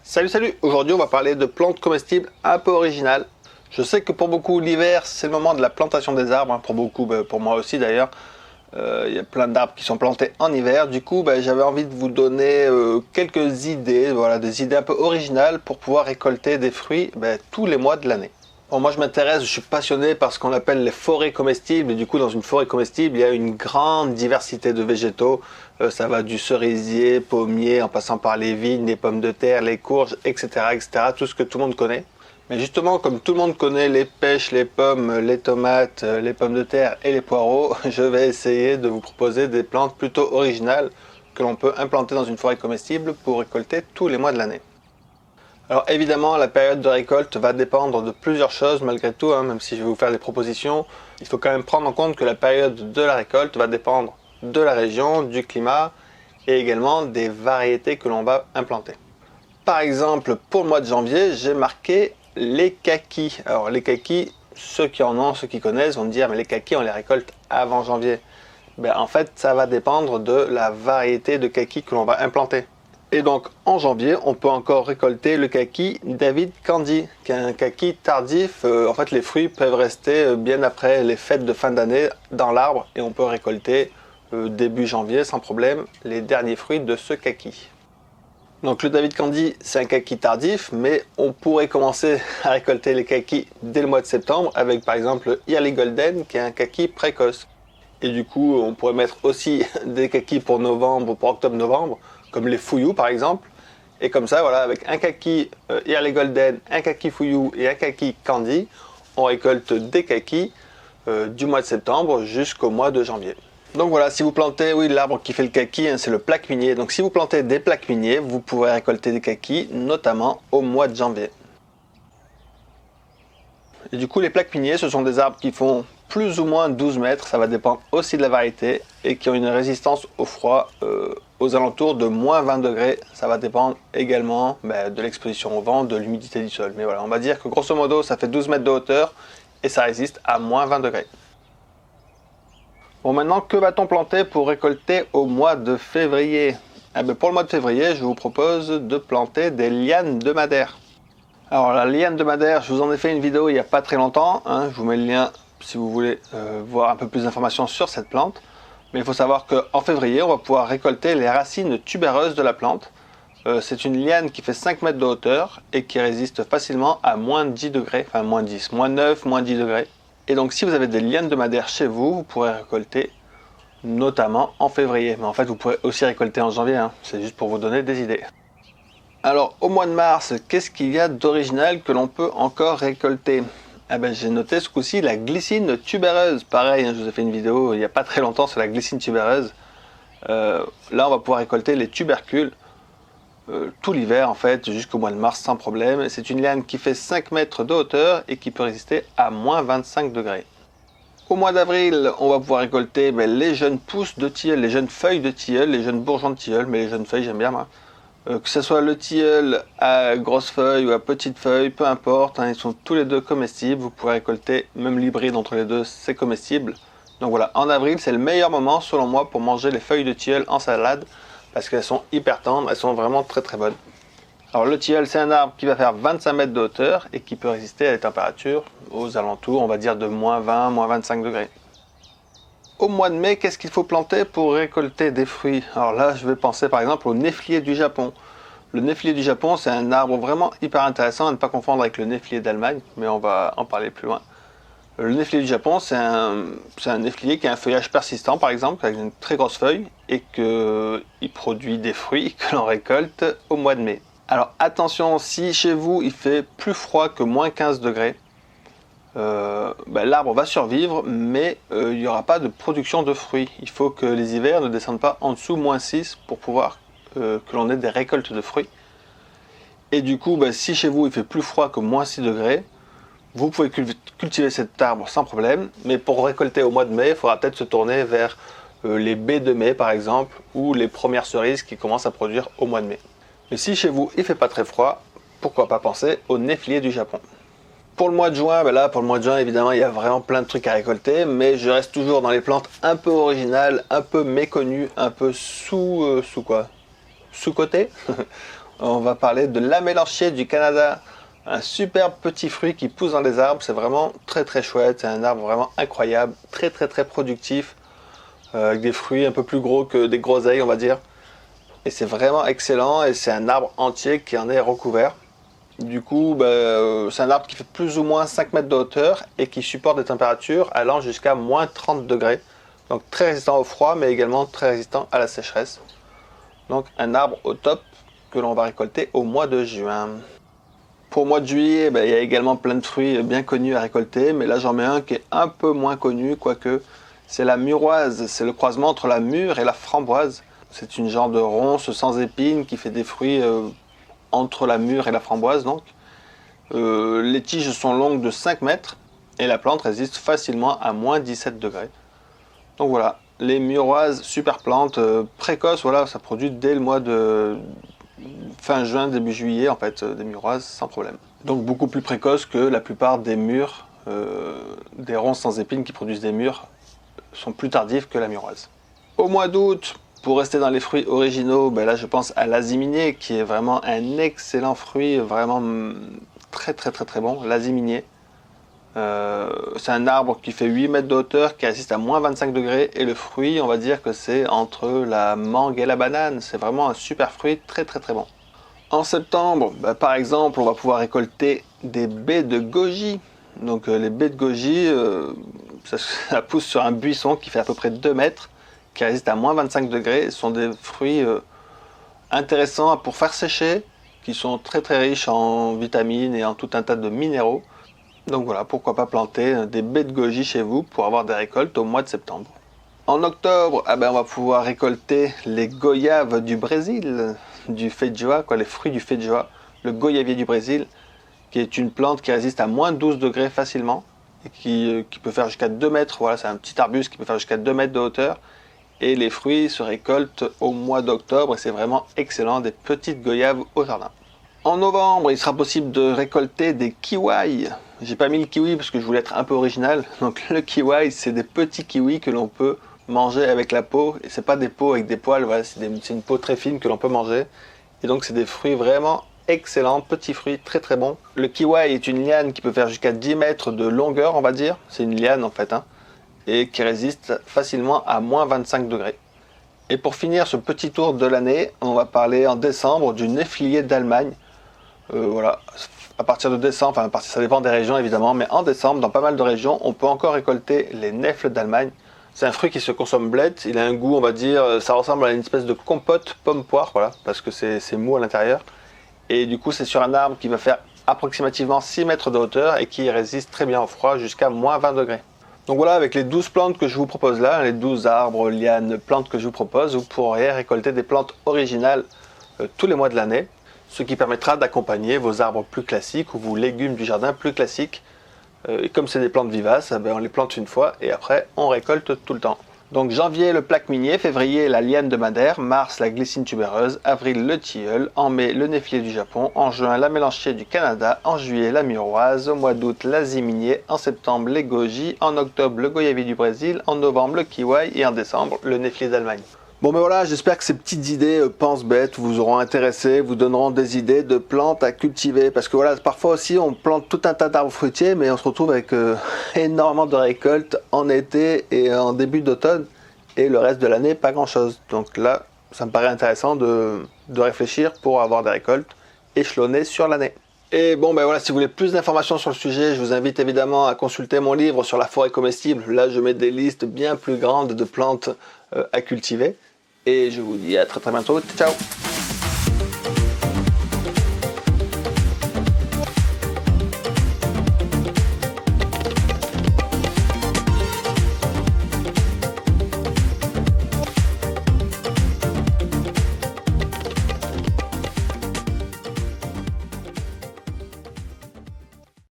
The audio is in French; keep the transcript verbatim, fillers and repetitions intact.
Salut salut, aujourd'hui on va parler de plantes comestibles un peu originales. Je sais que pour beaucoup l'hiver c'est le moment de la plantation des arbres, hein, pour beaucoup, bah, pour moi aussi d'ailleurs. Euh, il y a plein d'arbres qui sont plantés en hiver, du coup bah, j'avais envie de vous donner euh, quelques idées, voilà, des idées un peu originales pour pouvoir récolter des fruits bah, tous les mois de l'année. Bon, moi je m'intéresse, je suis passionné par ce qu'on appelle les forêts comestibles, et du coup dans une forêt comestible il y a une grande diversité de végétaux. Euh, ça va du cerisier, pommier, en passant par les vignes, les pommes de terre, les courges, et cetera, et cetera, tout ce que tout le monde connaît. Mais justement, comme tout le monde connaît les pêches, les pommes, les tomates, les pommes de terre et les poireaux, je vais essayer de vous proposer des plantes plutôt originales que l'on peut implanter dans une forêt comestible pour récolter tous les mois de l'année. Alors évidemment, la période de récolte va dépendre de plusieurs choses malgré tout, hein, même si je vais vous faire des propositions. Il faut quand même prendre en compte que la période de la récolte va dépendre de la région, du climat et également des variétés que l'on va implanter. Par exemple, pour le mois de janvier, j'ai marqué les kakis. Alors les kakis, ceux qui en ont, ceux qui connaissent vont me dire mais les kakis on les récolte avant janvier. Ben, en fait, ça va dépendre de la variété de kakis que l'on va implanter. Et donc en janvier, on peut encore récolter le kaki David Candy, qui est un kaki tardif. Euh, en fait, les fruits peuvent rester bien après les fêtes de fin d'année dans l'arbre et on peut récolter euh, début janvier sans problème les derniers fruits de ce kaki. Donc le David Candy, c'est un kaki tardif, mais on pourrait commencer à récolter les kakis dès le mois de septembre avec par exemple le Early Golden, qui est un kaki précoce. Et du coup, on pourrait mettre aussi des kakis pour novembre ou pour octobre-novembre, comme les fouillous par exemple. Et comme ça, voilà, avec un kaki euh, Early Golden, un kaki fouillou et un kaki candy, on récolte des kakis euh, du mois de septembre jusqu'au mois de janvier. Donc voilà, si vous plantez, oui, l'arbre qui fait le kaki, hein, c'est le plaque minier. Donc si vous plantez des plaques miniers, vous pourrez récolter des kakis, notamment au mois de janvier. Et du coup, les plaques miniers, ce sont des arbres qui font plus ou moins douze mètres, ça va dépendre aussi de la variété, et qui ont une résistance au froid euh, aux alentours de moins vingt degrés. Ça va dépendre également bah, de l'exposition au vent, de l'humidité du sol. Mais voilà, on va dire que grosso modo, ça fait douze mètres de hauteur et ça résiste à moins vingt degrés. Bon, maintenant, que va-t-on planter pour récolter au mois de février? Eh bien, pour le mois de février, je vous propose de planter des lianes de madère. Alors, la liane de madère, je vous en ai fait une vidéo il n'y a pas très longtemps, hein, je vous mets le lien si vous voulez euh, voir un peu plus d'informations sur cette plante. Mais il faut savoir qu'en février, on va pouvoir récolter les racines tubéreuses de la plante. Euh, c'est une liane qui fait cinq mètres de hauteur et qui résiste facilement à moins dix degrés, enfin moins dix, moins neuf, moins dix degrés. Et donc si vous avez des lianes de madère chez vous, vous pourrez récolter notamment en février. Mais en fait, vous pourrez aussi récolter en janvier, hein. C'est juste pour vous donner des idées. Alors au mois de mars, qu'est-ce qu'il y a d'original que l'on peut encore récolter? Ah ben, j'ai noté ce coup-ci la glycine tubéreuse. Pareil, hein, je vous ai fait une vidéo il n'y a pas très longtemps sur la glycine tubéreuse. Euh, là, on va pouvoir récolter les tubercules euh, tout l'hiver en fait, jusqu'au mois de mars sans problème. C'est une liane qui fait cinq mètres de hauteur et qui peut résister à moins vingt-cinq degrés. Au mois d'avril, on va pouvoir récolter ben, les jeunes pousses de tilleul, les jeunes feuilles de tilleul, les jeunes bourgeons de tilleul, mais les jeunes feuilles j'aime bien moi. Euh, que ce soit le tilleul à grosse feuille ou à petite feuille, peu importe, hein, ils sont tous les deux comestibles. Vous pourrez récolter même l'hybride entre les deux, c'est comestible. Donc voilà, en avril, c'est le meilleur moment selon moi pour manger les feuilles de tilleul en salade parce qu'elles sont hyper tendres, elles sont vraiment très très bonnes. Alors le tilleul, c'est un arbre qui va faire vingt-cinq mètres de hauteur et qui peut résister à des températures aux alentours, on va dire de moins vingt, moins vingt-cinq degrés. Au mois de mai, qu'est-ce qu'il faut planter pour récolter des fruits? Alors là, je vais penser par exemple au néflier du Japon. Le néflier du Japon, c'est un arbre vraiment hyper intéressant à ne pas confondre avec le néflier d'Allemagne, mais on va en parler plus loin. Le néflier du Japon, c'est un, c'est un néflier qui a un feuillage persistant, par exemple, avec une très grosse feuille, et qu'il produit des fruits que l'on récolte au mois de mai. Alors attention, si chez vous il fait plus froid que moins quinze degrés, euh, ben, l'arbre va survivre, mais euh, il n'y aura pas de production de fruits. Il faut que les hivers ne descendent pas en dessous moins six pour pouvoir euh, que l'on ait des récoltes de fruits. Et du coup, ben, si chez vous il fait plus froid que moins six degrés, vous pouvez cultiver cet arbre sans problème, mais pour récolter au mois de mai, il faudra peut-être se tourner vers euh, les baies de mai par exemple, ou les premières cerises qui commencent à produire au mois de mai. Mais si chez vous il fait pas très froid, pourquoi pas penser au néflier du Japon. Pour le mois de juin, ben là, pour le mois de juin, évidemment, il y a vraiment plein de trucs à récolter, mais je reste toujours dans les plantes un peu originales, un peu méconnues, un peu sous, euh, sous quoi Sous-cotées. On va parler de l'amélanchier du Canada. Un superbe petit fruit qui pousse dans les arbres. C'est vraiment très très chouette. C'est un arbre vraiment incroyable. Très très très productif. Euh, avec des fruits un peu plus gros que des groseilles, on va dire. Et c'est vraiment excellent. Et c'est un arbre entier qui en est recouvert. Du coup, bah, euh, c'est un arbre qui fait plus ou moins cinq mètres de hauteur et qui supporte des températures allant jusqu'à moins trente degrés. Donc très résistant au froid, mais également très résistant à la sécheresse. Donc un arbre au top que l'on va récolter au mois de juin. Pour le mois de juillet, bah, il y a également plein de fruits bien connus à récolter, mais là j'en mets un qui est un peu moins connu, quoique c'est la muroise. C'est le croisement entre la mûre et la framboise. C'est une genre de ronce sans épines qui fait des fruits euh, entre la mûre et la framboise. Donc. Euh, les tiges sont longues de cinq mètres et la plante résiste facilement à moins dix-sept degrés. Donc voilà, les muroises, super plantes, euh, précoces, voilà, ça produit dès le mois de fin juin, début juillet, en fait, euh, des muroises sans problème. Donc beaucoup plus précoces que la plupart des mûres, euh, des ronces sans épines qui produisent des mûres, sont plus tardives que la muroise. Au mois d'août, pour rester dans les fruits originaux, ben là je pense à l'aziminier qui est vraiment un excellent fruit, vraiment très très très très bon, l'aziminier. Euh, c'est un arbre qui fait huit mètres de hauteur, qui résiste à moins vingt-cinq degrés, et le fruit, on va dire que c'est entre la mangue et la banane. C'est vraiment un super fruit, très très très bon. En septembre, ben, par exemple, on va pouvoir récolter des baies de goji. Donc euh, les baies de goji, euh, ça, ça pousse sur un buisson qui fait à peu près deux mètres, qui résistent à moins vingt-cinq degrés. Ce sont des fruits euh, intéressants pour faire sécher, qui sont très très riches en vitamines et en tout un tas de minéraux. Donc voilà, pourquoi pas planter des baies de goji chez vous pour avoir des récoltes au mois de septembre. En octobre, ah ben on va pouvoir récolter les goyaves du Brésil, du feijoa, quoi, les fruits du feijoa, le goyavier du Brésil, qui est une plante qui résiste à moins douze degrés facilement et qui, qui peut faire jusqu'à deux mètres. Voilà, c'est un petit arbuste qui peut faire jusqu'à deux mètres de hauteur. Et les fruits se récoltent au mois d'octobre et c'est vraiment excellent, des petites goyaves au jardin. En novembre, il sera possible de récolter des kiwis. J'ai pas mis le kiwi parce que je voulais être un peu original. Donc le kiwi, c'est des petits kiwis que l'on peut manger avec la peau. Et c'est pas des peaux avec des poils, voilà, c'est, des, c'est une peau très fine que l'on peut manger. Et donc c'est des fruits vraiment excellents, petits fruits très très bons. Le kiwi est une liane qui peut faire jusqu'à dix mètres de longueur, on va dire. C'est une liane en fait, hein. Et qui résiste facilement à moins vingt-cinq degrés. Et pour finir ce petit tour de l'année, on va parler en décembre du néflier d'Allemagne. Euh, voilà, à partir de décembre, enfin à partir, ça dépend des régions évidemment, mais en décembre, dans pas mal de régions, on peut encore récolter les nèfles d'Allemagne. C'est un fruit qui se consomme blette, il a un goût, on va dire, ça ressemble à une espèce de compote pomme-poire, voilà, parce que c'est, c'est mou à l'intérieur. Et du coup, c'est sur un arbre qui va faire approximativement six mètres de hauteur et qui résiste très bien au froid jusqu'à moins vingt degrés. Donc voilà, avec les douze plantes que je vous propose là, les douze arbres, lianes, plantes que je vous propose, vous pourrez récolter des plantes originales euh, tous les mois de l'année, ce qui permettra d'accompagner vos arbres plus classiques ou vos légumes du jardin plus classiques. Euh, et comme c'est des plantes vivaces, eh bien, on les plante une fois et après on récolte tout le temps. Donc janvier le plaque minier, février la liane de Madère, mars la glycine tubéreuse, avril le tilleul, en mai le néflier du Japon, en juin la mélanchier du Canada, en juillet la muroise, au mois d'août l'aziminier, en septembre les goji, en octobre le goyavier du Brésil, en novembre le kiwi et en décembre le néflier d'Allemagne. Bon ben voilà, j'espère que ces petites idées euh, pense-bêtes vous auront intéressé, vous donneront des idées de plantes à cultiver. Parce que voilà, parfois aussi on plante tout un tas d'arbres fruitiers, mais on se retrouve avec euh, énormément de récoltes en été et en début d'automne. Et le reste de l'année, pas grand chose. Donc là, ça me paraît intéressant de, de réfléchir pour avoir des récoltes échelonnées sur l'année. Et bon ben voilà, si vous voulez plus d'informations sur le sujet, je vous invite évidemment à consulter mon livre sur la forêt comestible. Là, je mets des listes bien plus grandes de plantes euh, à cultiver. Et je vous dis à très très bientôt. Ciao!